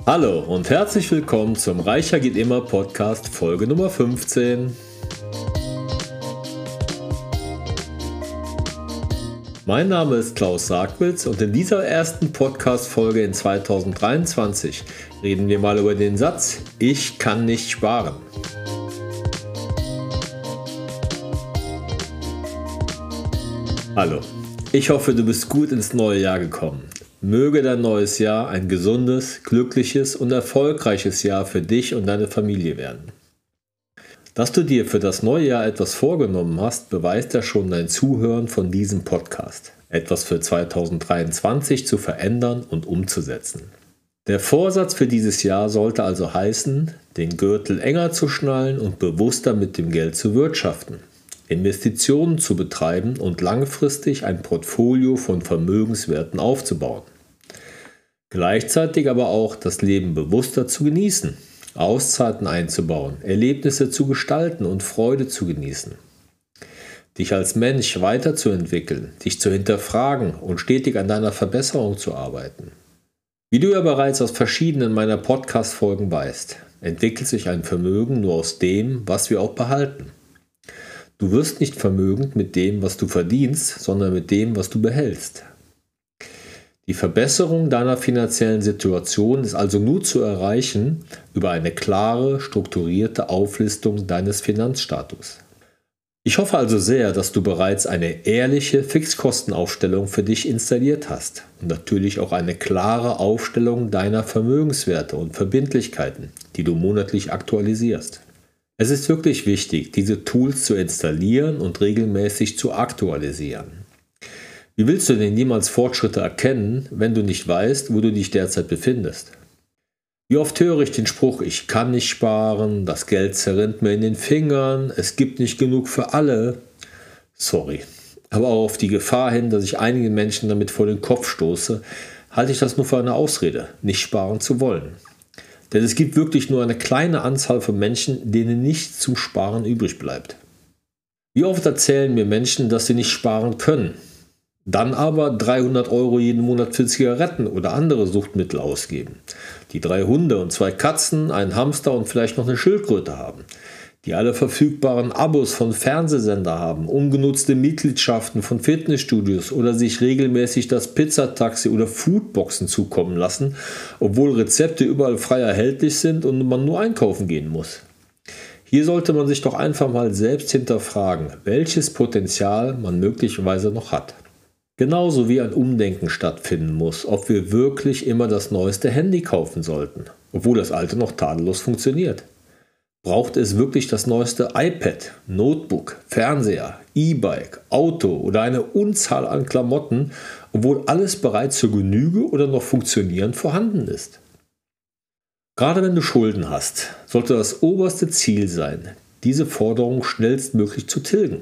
Hallo und herzlich willkommen zum Reicher geht immer Podcast Folge Nummer 15. Mein Name ist Klaus Sargwitz und in dieser ersten Podcast-Folge in 2023 reden wir mal über den Satz: Ich kann nicht sparen. Hallo, ich hoffe, du bist gut ins neue Jahr gekommen. Möge dein neues Jahr ein gesundes, glückliches und erfolgreiches Jahr für dich und deine Familie werden. Dass du dir für das neue Jahr etwas vorgenommen hast, beweist ja schon dein Zuhören von diesem Podcast. Etwas für 2023 zu verändern und umzusetzen. Der Vorsatz für dieses Jahr sollte also heißen, den Gürtel enger zu schnallen und bewusster mit dem Geld zu wirtschaften. Investitionen zu betreiben und langfristig ein Portfolio von Vermögenswerten aufzubauen. Gleichzeitig aber auch das Leben bewusster zu genießen, Auszeiten einzubauen, Erlebnisse zu gestalten und Freude zu genießen. Dich als Mensch weiterzuentwickeln, dich zu hinterfragen und stetig an deiner Verbesserung zu arbeiten. Wie du ja bereits aus verschiedenen meiner Podcast-Folgen weißt, entwickelt sich ein Vermögen nur aus dem, was wir auch behalten. Du wirst nicht vermögend mit dem, was du verdienst, sondern mit dem, was du behältst. Die Verbesserung deiner finanziellen Situation ist also nur zu erreichen über eine klare, strukturierte Auflistung deines Finanzstatus. Ich hoffe also sehr, dass du bereits eine ehrliche Fixkostenaufstellung für dich installiert hast und natürlich auch eine klare Aufstellung deiner Vermögenswerte und Verbindlichkeiten, die du monatlich aktualisierst. Es ist wirklich wichtig, diese Tools zu installieren und regelmäßig zu aktualisieren. Wie willst du denn jemals Fortschritte erkennen, wenn du nicht weißt, wo du dich derzeit befindest? Wie oft höre ich den Spruch: Ich kann nicht sparen, das Geld zerrinnt mir in den Fingern, es gibt nicht genug für alle. Sorry, aber auch auf die Gefahr hin, dass ich einigen Menschen damit vor den Kopf stoße, halte ich das nur für eine Ausrede, nicht sparen zu wollen. Denn es gibt wirklich nur eine kleine Anzahl von Menschen, denen nichts zum Sparen übrig bleibt. Wie oft erzählen mir Menschen, dass sie nicht sparen können, dann aber 300 € jeden Monat für Zigaretten oder andere Suchtmittel ausgeben, die 3 Hunde und 2 Katzen, einen Hamster und vielleicht noch eine Schildkröte haben, die alle verfügbaren Abos von Fernsehsender haben, ungenutzte Mitgliedschaften von Fitnessstudios oder sich regelmäßig das Pizzataxi oder Foodboxen zukommen lassen, obwohl Rezepte überall frei erhältlich sind und man nur einkaufen gehen muss. Hier sollte man sich doch einfach mal selbst hinterfragen, welches Potenzial man möglicherweise noch hat. Genauso wie ein Umdenken stattfinden muss, ob wir wirklich immer das neueste Handy kaufen sollten, obwohl das alte noch tadellos funktioniert. Braucht es wirklich das neueste iPad, Notebook, Fernseher, E-Bike, Auto oder eine Unzahl an Klamotten, obwohl alles bereits zur Genüge oder noch funktionierend vorhanden ist? Gerade wenn du Schulden hast, sollte das oberste Ziel sein, diese Forderung schnellstmöglich zu tilgen.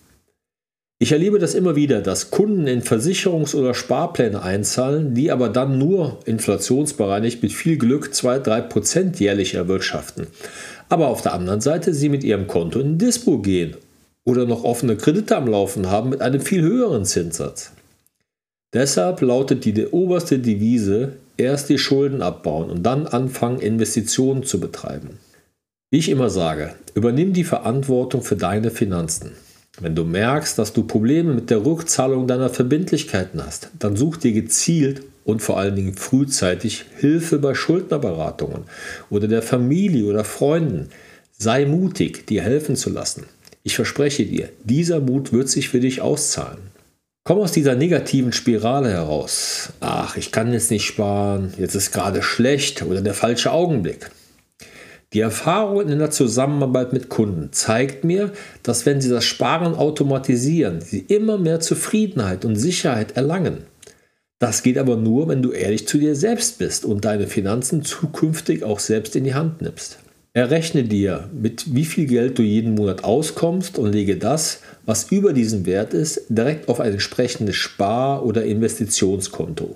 Ich erlebe das immer wieder, dass Kunden in Versicherungs- oder Sparpläne einzahlen, die aber dann nur inflationsbereinigt mit viel Glück 2-3% jährlich erwirtschaften. Aber auf der anderen Seite sie mit ihrem Konto in den Dispo gehen oder noch offene Kredite am Laufen haben mit einem viel höheren Zinssatz. Deshalb lautet die oberste Devise: erst die Schulden abbauen und dann anfangen, Investitionen zu betreiben. Wie ich immer sage, übernimm die Verantwortung für deine Finanzen. Wenn du merkst, dass du Probleme mit der Rückzahlung deiner Verbindlichkeiten hast, dann such dir gezielt und vor allen Dingen frühzeitig Hilfe bei Schuldnerberatungen oder der Familie oder Freunden. Sei mutig, dir helfen zu lassen. Ich verspreche dir, dieser Mut wird sich für dich auszahlen. Komm aus dieser negativen Spirale heraus. Ach, ich kann jetzt nicht sparen, jetzt ist gerade schlecht oder der falsche Augenblick. Die Erfahrung in der Zusammenarbeit mit Kunden zeigt mir, dass wenn sie das Sparen automatisieren, sie immer mehr Zufriedenheit und Sicherheit erlangen. Das geht aber nur, wenn du ehrlich zu dir selbst bist und deine Finanzen zukünftig auch selbst in die Hand nimmst. Errechne dir, mit wie viel Geld du jeden Monat auskommst und lege das, was über diesen Wert ist, direkt auf ein entsprechendes Spar- oder Investitionskonto.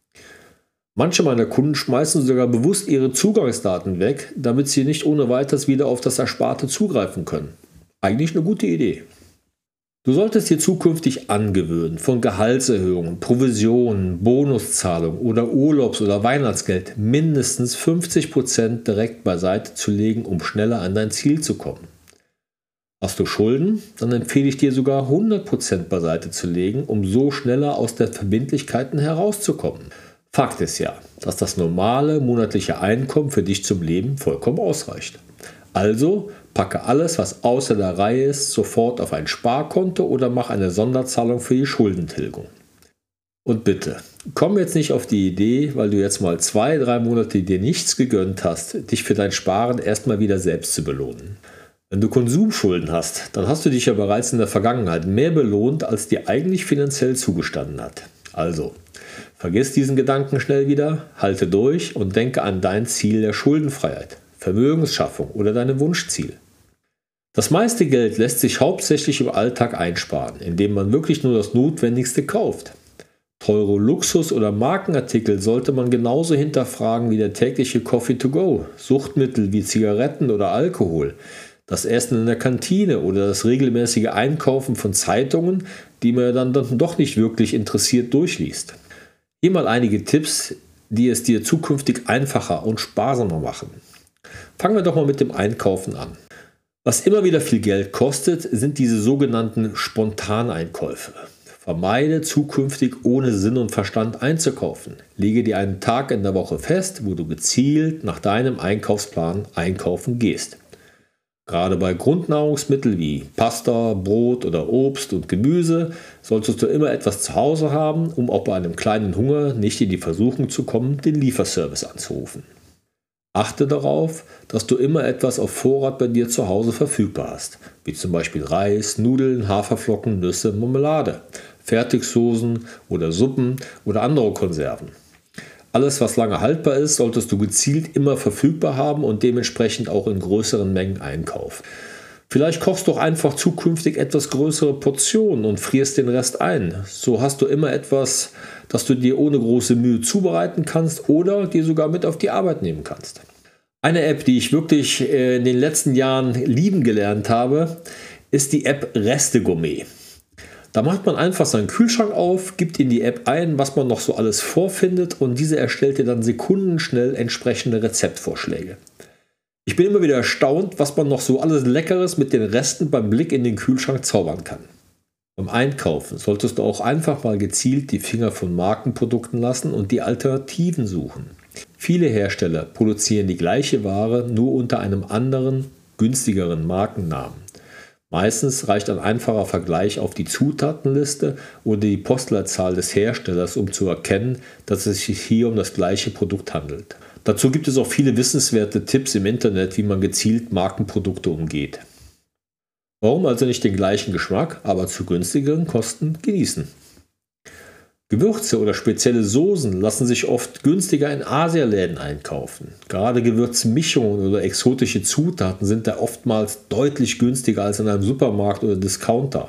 Manche meiner Kunden schmeißen sogar bewusst ihre Zugangsdaten weg, damit sie nicht ohne weiteres wieder auf das Ersparte zugreifen können. Eigentlich eine gute Idee. Du solltest dir zukünftig angewöhnen, von Gehaltserhöhungen, Provisionen, Bonuszahlungen oder Urlaubs- oder Weihnachtsgeld mindestens 50% direkt beiseite zu legen, um schneller an dein Ziel zu kommen. Hast du Schulden? Dann empfehle ich dir sogar 100% beiseite zu legen, um so schneller aus den Verbindlichkeiten herauszukommen. Fakt ist ja, dass das normale monatliche Einkommen für dich zum Leben vollkommen ausreicht. Also packe alles, was außer der Reihe ist, sofort auf ein Sparkonto oder mach eine Sonderzahlung für die Schuldentilgung. Und bitte, komm jetzt nicht auf die Idee, weil du jetzt mal 2-3 Monate dir nichts gegönnt hast, dich für dein Sparen erstmal wieder selbst zu belohnen. Wenn du Konsumschulden hast, dann hast du dich ja bereits in der Vergangenheit mehr belohnt, als dir eigentlich finanziell zugestanden hat. Also, vergiss diesen Gedanken schnell wieder, halte durch und denke an dein Ziel der Schuldenfreiheit, Vermögensschaffung oder dein Wunschziel. Das meiste Geld lässt sich hauptsächlich im Alltag einsparen, indem man wirklich nur das Notwendigste kauft. Teure Luxus- oder Markenartikel sollte man genauso hinterfragen wie der tägliche Coffee to go, Suchtmittel wie Zigaretten oder Alkohol, das Essen in der Kantine oder das regelmäßige Einkaufen von Zeitungen, die man dann doch nicht wirklich interessiert durchliest. Hier mal einige Tipps, die es dir zukünftig einfacher und sparsamer machen. Fangen wir doch mal mit dem Einkaufen an. Was immer wieder viel Geld kostet, sind diese sogenannten Spontaneinkäufe. Vermeide zukünftig ohne Sinn und Verstand einzukaufen. Lege dir einen Tag in der Woche fest, wo du gezielt nach deinem Einkaufsplan einkaufen gehst. Gerade bei Grundnahrungsmitteln wie Pasta, Brot oder Obst und Gemüse solltest du immer etwas zu Hause haben, um auch bei einem kleinen Hunger nicht in die Versuchung zu kommen, den Lieferservice anzurufen. Achte darauf, dass du immer etwas auf Vorrat bei dir zu Hause verfügbar hast, wie zum Beispiel Reis, Nudeln, Haferflocken, Nüsse, Marmelade, Fertigsoßen oder Suppen oder andere Konserven. Alles, was lange haltbar ist, solltest du gezielt immer verfügbar haben und dementsprechend auch in größeren Mengen einkaufen. Vielleicht kochst du auch einfach zukünftig etwas größere Portionen und frierst den Rest ein. So hast du immer etwas, das du dir ohne große Mühe zubereiten kannst oder dir sogar mit auf die Arbeit nehmen kannst. Eine App, die ich wirklich in den letzten Jahren lieben gelernt habe, ist die App Restegourmet. Da macht man einfach seinen Kühlschrank auf, gibt in die App ein, was man noch so alles vorfindet und diese erstellt dir dann sekundenschnell entsprechende Rezeptvorschläge. Ich bin immer wieder erstaunt, was man noch so alles Leckeres mit den Resten beim Blick in den Kühlschrank zaubern kann. Beim Einkaufen solltest du auch einfach mal gezielt die Finger von Markenprodukten lassen und die Alternativen suchen. Viele Hersteller produzieren die gleiche Ware nur unter einem anderen, günstigeren Markennamen. Meistens reicht ein einfacher Vergleich auf die Zutatenliste oder die Postleitzahl des Herstellers, um zu erkennen, dass es sich hier um das gleiche Produkt handelt. Dazu gibt es auch viele wissenswerte Tipps im Internet, wie man gezielt Markenprodukte umgeht. Warum also nicht den gleichen Geschmack, aber zu günstigeren Kosten genießen? Gewürze oder spezielle Soßen lassen sich oft günstiger in Asialäden einkaufen. Gerade Gewürzmischungen oder exotische Zutaten sind da oftmals deutlich günstiger als in einem Supermarkt oder Discounter.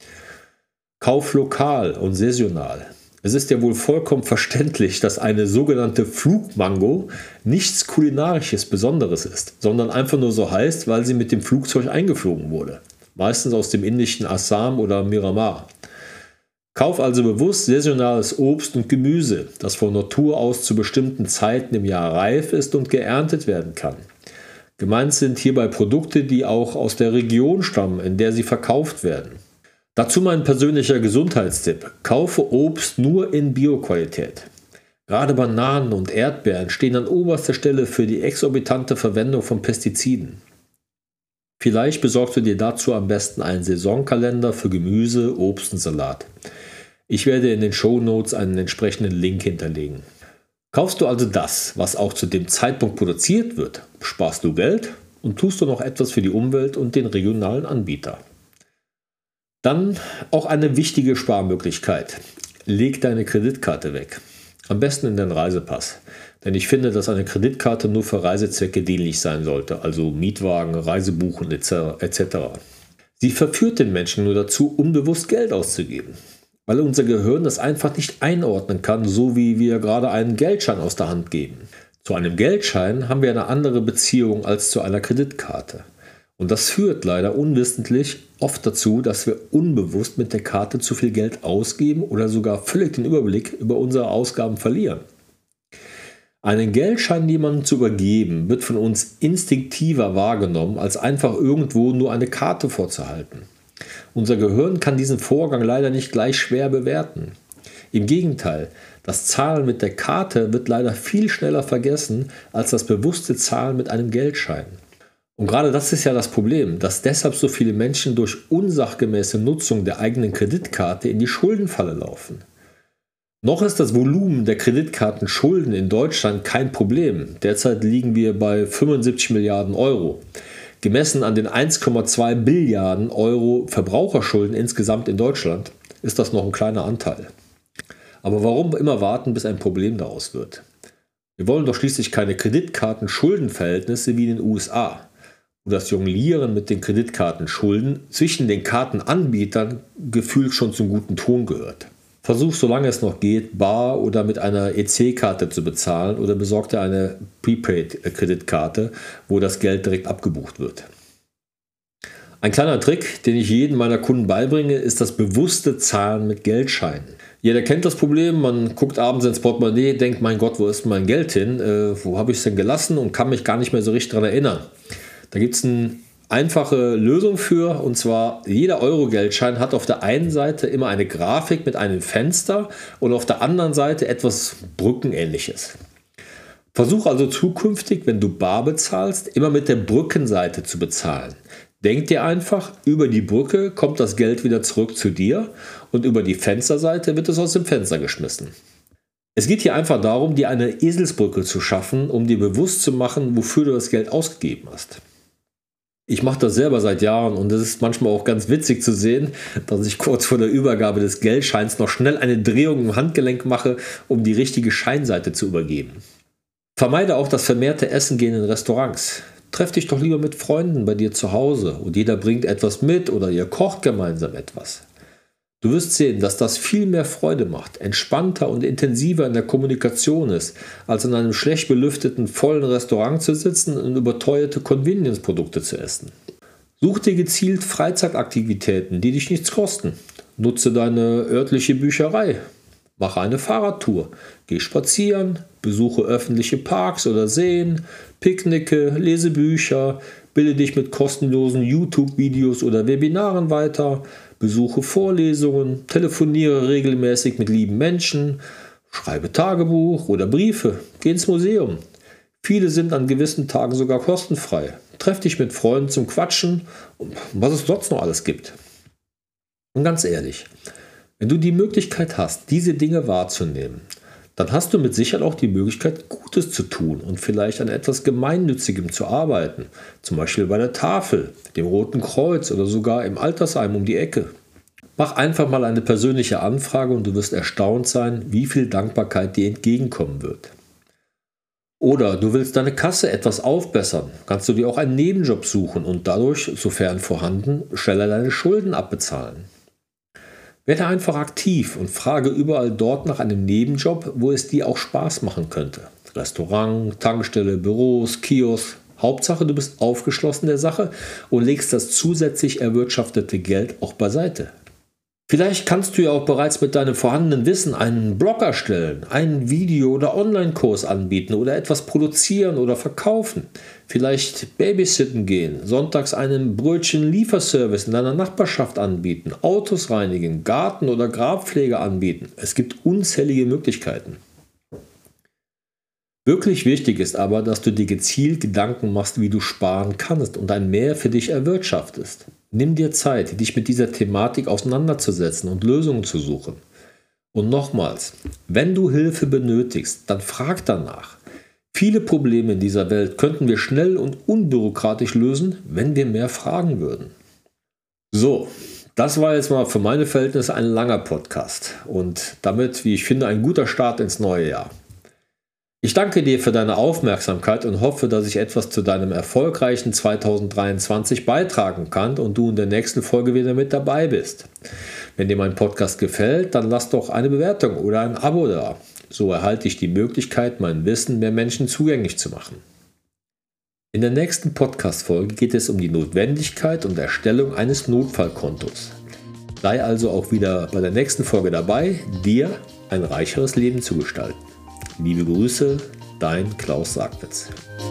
Kauf lokal und saisonal. Es ist ja wohl vollkommen verständlich, dass eine sogenannte Flugmango nichts Kulinarisches Besonderes ist, sondern einfach nur so heißt, weil sie mit dem Flugzeug eingeflogen wurde. Meistens aus dem indischen Assam oder Myanmar. Kauf also bewusst saisonales Obst und Gemüse, das von Natur aus zu bestimmten Zeiten im Jahr reif ist und geerntet werden kann. Gemeint sind hierbei Produkte, die auch aus der Region stammen, in der sie verkauft werden. Dazu mein persönlicher Gesundheitstipp: Kaufe Obst nur in Bioqualität. Gerade Bananen und Erdbeeren stehen an oberster Stelle für die exorbitante Verwendung von Pestiziden. Vielleicht besorgst du dir dazu am besten einen Saisonkalender für Gemüse, Obst und Salat. Ich werde in den Shownotes einen entsprechenden Link hinterlegen. Kaufst du also das, was auch zu dem Zeitpunkt produziert wird, sparst du Geld und tust du noch etwas für die Umwelt und den regionalen Anbieter. Dann auch eine wichtige Sparmöglichkeit. Leg deine Kreditkarte weg. Am besten in deinen Reisepass. Denn ich finde, dass eine Kreditkarte nur für Reisezwecke dienlich sein sollte, also Mietwagen, Reisebuchen etc. Sie verführt den Menschen nur dazu, unbewusst Geld auszugeben, weil unser Gehirn das einfach nicht einordnen kann, so wie wir gerade einen Geldschein aus der Hand geben. Zu einem Geldschein haben wir eine andere Beziehung als zu einer Kreditkarte. Und das führt leider unwissentlich oft dazu, dass wir unbewusst mit der Karte zu viel Geld ausgeben oder sogar völlig den Überblick über unsere Ausgaben verlieren. Einen Geldschein jemandem zu übergeben, wird von uns instinktiver wahrgenommen, als einfach irgendwo nur eine Karte vorzuhalten. Unser Gehirn kann diesen Vorgang leider nicht gleich schwer bewerten. Im Gegenteil, das Zahlen mit der Karte wird leider viel schneller vergessen als das bewusste Zahlen mit einem Geldschein. Und gerade das ist ja das Problem, dass deshalb so viele Menschen durch unsachgemäße Nutzung der eigenen Kreditkarte in die Schuldenfalle laufen. Noch ist das Volumen der Kreditkartenschulden in Deutschland kein Problem. Derzeit liegen wir bei 75 Milliarden Euro. Gemessen an den 1,2 Billiarden Euro Verbraucherschulden insgesamt in Deutschland ist das noch ein kleiner Anteil. Aber warum immer warten, bis ein Problem daraus wird? Wir wollen doch schließlich keine Kreditkartenschuldenverhältnisse wie in den USA, wo das Jonglieren mit den Kreditkartenschulden zwischen den Kartenanbietern gefühlt schon zum guten Ton gehört. Versuch, solange es noch geht, bar oder mit einer EC-Karte zu bezahlen oder besorg dir eine Prepaid-Kreditkarte, wo das Geld direkt abgebucht wird. Ein kleiner Trick, den ich jedem meiner Kunden beibringe, ist das bewusste Zahlen mit Geldscheinen. Jeder kennt das Problem, man guckt abends ins Portemonnaie, denkt, mein Gott, wo ist mein Geld hin? Wo habe ich es denn gelassen und kann mich gar nicht mehr so richtig daran erinnern. Da gibt es eine einfache Lösung für, und zwar jeder Euro-Geldschein hat auf der einen Seite immer eine Grafik mit einem Fenster und auf der anderen Seite etwas Brückenähnliches. Versuch also zukünftig, wenn du bar bezahlst, immer mit der Brückenseite zu bezahlen. Denk dir einfach, über die Brücke kommt das Geld wieder zurück zu dir und über die Fensterseite wird es aus dem Fenster geschmissen. Es geht hier einfach darum, dir eine Eselsbrücke zu schaffen, um dir bewusst zu machen, wofür du das Geld ausgegeben hast. Ich mache das selber seit Jahren und es ist manchmal auch ganz witzig zu sehen, dass ich kurz vor der Übergabe des Geldscheins noch schnell eine Drehung im Handgelenk mache, um die richtige Scheinseite zu übergeben. Vermeide auch das vermehrte Essen gehen in Restaurants. Treff dich doch lieber mit Freunden bei dir zu Hause und jeder bringt etwas mit oder ihr kocht gemeinsam etwas. Du wirst sehen, dass das viel mehr Freude macht, entspannter und intensiver in der Kommunikation ist, als in einem schlecht belüfteten, vollen Restaurant zu sitzen und überteuerte Convenience-Produkte zu essen. Such dir gezielt Freizeitaktivitäten, die dich nichts kosten. Nutze deine örtliche Bücherei. Mache eine Fahrradtour, geh spazieren, besuche öffentliche Parks oder Seen, picknicke, lese Bücher, bilde dich mit kostenlosen YouTube-Videos oder Webinaren weiter, besuche Vorlesungen, telefoniere regelmäßig mit lieben Menschen, schreibe Tagebuch oder Briefe, geh ins Museum. Viele sind an gewissen Tagen sogar kostenfrei. Treff dich mit Freunden zum Quatschen und was es sonst noch alles gibt. Und ganz ehrlich, wenn du die Möglichkeit hast, diese Dinge wahrzunehmen, dann hast du mit Sicherheit auch die Möglichkeit, Gutes zu tun und vielleicht an etwas Gemeinnützigem zu arbeiten. Zum Beispiel bei der Tafel, dem Roten Kreuz oder sogar im Altersheim um die Ecke. Mach einfach mal eine persönliche Anfrage und du wirst erstaunt sein, wie viel Dankbarkeit dir entgegenkommen wird. Oder du willst deine Kasse etwas aufbessern, kannst du dir auch einen Nebenjob suchen und dadurch, sofern vorhanden, schneller deine Schulden abbezahlen. Werde einfach aktiv und frage überall dort nach einem Nebenjob, wo es dir auch Spaß machen könnte. Restaurant, Tankstelle, Büros, Kiosk. Hauptsache, du bist aufgeschlossen der Sache und legst das zusätzlich erwirtschaftete Geld auch beiseite. Vielleicht kannst du ja auch bereits mit deinem vorhandenen Wissen einen Blog erstellen, einen Video- oder Online-Kurs anbieten oder etwas produzieren oder verkaufen. Vielleicht babysitten gehen, sonntags einen Brötchen-Lieferservice in deiner Nachbarschaft anbieten, Autos reinigen, Garten- oder Grabpflege anbieten. Es gibt unzählige Möglichkeiten. Wirklich wichtig ist aber, dass du dir gezielt Gedanken machst, wie du sparen kannst und ein Mehr für dich erwirtschaftest. Nimm dir Zeit, dich mit dieser Thematik auseinanderzusetzen und Lösungen zu suchen. Und nochmals, wenn du Hilfe benötigst, dann frag danach. Viele Probleme in dieser Welt könnten wir schnell und unbürokratisch lösen, wenn wir mehr fragen würden. So, das war jetzt mal für meine Verhältnisse ein langer Podcast und damit, wie ich finde, ein guter Start ins neue Jahr. Ich danke dir für deine Aufmerksamkeit und hoffe, dass ich etwas zu deinem erfolgreichen 2023 beitragen kann und du in der nächsten Folge wieder mit dabei bist. Wenn dir mein Podcast gefällt, dann lass doch eine Bewertung oder ein Abo da. So erhalte ich die Möglichkeit, mein Wissen mehr Menschen zugänglich zu machen. In der nächsten Podcast-Folge geht es um die Notwendigkeit und Erstellung eines Notfallkontos. Sei also auch wieder bei der nächsten Folge dabei, dir ein reicheres Leben zu gestalten. Liebe Grüße, dein Klaus Sagwitz.